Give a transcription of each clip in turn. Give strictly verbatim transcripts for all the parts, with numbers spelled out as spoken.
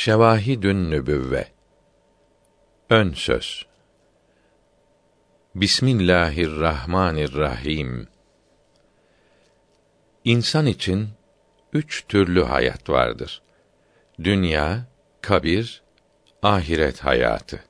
Şevahidün Nübüvve. Ön söz. Bismillahirrahmanirrahim. İnsan için üç türlü hayat vardır: dünya, kabir, ahiret hayatı.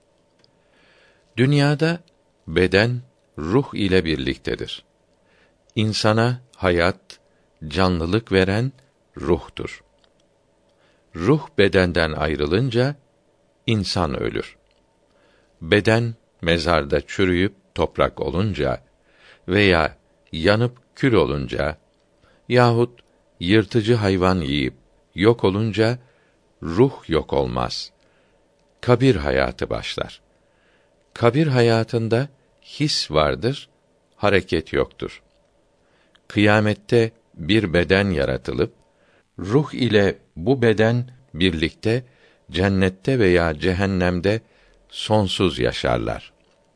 Dünyada beden ruh ile birliktedir. İnsana hayat, canlılık veren ruhtur. Ruh bedenden ayrılınca insan ölür. Beden mezarda çürüyüp toprak olunca veya yanıp kül olunca yahut yırtıcı hayvan yiyip yok olunca ruh yok olmaz. Kabir hayatı başlar. Kabir hayatında his vardır, hareket yoktur. Kıyamette bir beden yaratılıp ruh ile bu beden birlikte cennette veya cehennemde sonsuz yaşarlar.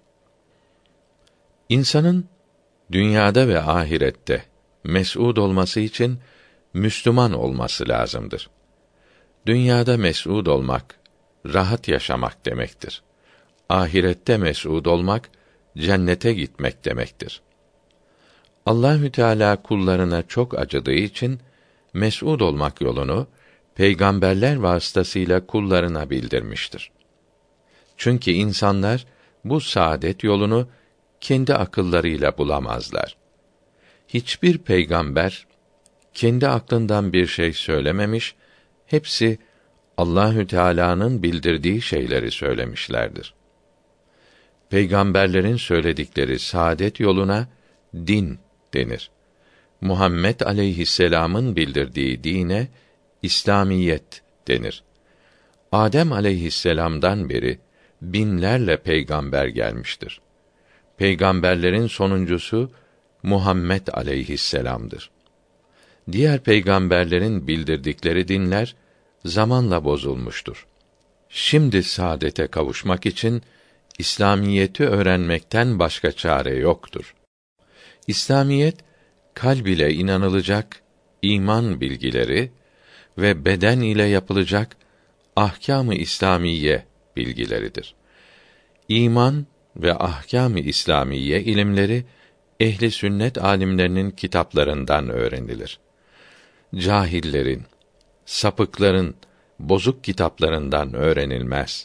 İnsanın dünyada ve ahirette mes'ud olması için Müslüman olması lazımdır. Dünyada mes'ud olmak, rahat yaşamak demektir. Ahirette mes'ud olmak, cennete gitmek demektir. Allahü Teala kullarına çok acıdığı için mes'ud olmak yolunu peygamberler vasıtasıyla kullarına bildirmiştir. Çünkü insanlar bu saadet yolunu kendi akıllarıyla bulamazlar. Hiçbir peygamber kendi aklından bir şey söylememiş, hepsi Allahü Teala'nın bildirdiği şeyleri söylemişlerdir. Peygamberlerin söyledikleri saadet yoluna din denir. Muhammed aleyhisselam'ın bildirdiği dine İslamiyet denir. Adem aleyhisselam'dan beri binlerle peygamber gelmiştir. Peygamberlerin sonuncusu Muhammed aleyhisselam'dır. Diğer peygamberlerin bildirdikleri dinler zamanla bozulmuştur. Şimdi saadete kavuşmak için İslamiyeti öğrenmekten başka çare yoktur. İslamiyet, kalb ile inanılacak iman bilgileri ve beden ile yapılacak ahkâm-ı İslamiye bilgileridir. İman ve ahkâm-ı İslamiye ilimleri ehli sünnet âlimlerinin kitaplarından öğrenilir. Cahillerin, sapıkların bozuk kitaplarından öğrenilmez.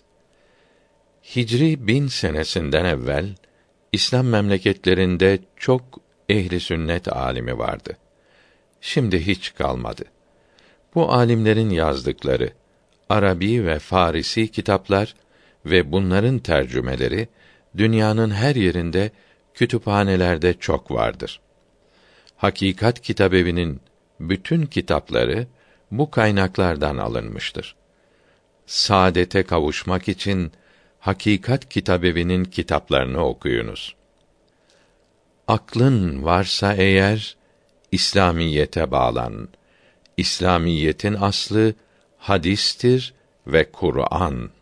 Hicri bin senesinden evvel İslam memleketlerinde çok ehli sünnet âlimi vardı. Şimdi hiç kalmadı. Bu âlimlerin yazdıkları Arabi ve Farisi kitaplar ve bunların tercümeleri dünyanın her yerinde kütüphanelerde çok vardır. Hakikat Kitabevi'nin bütün kitapları bu kaynaklardan alınmıştır. Saadete kavuşmak için Hakikat Kitabevi'nin kitaplarını okuyunuz. Aklın varsa eğer İslamiyete bağlan. İslamiyetin aslı hadistir ve Kur'an.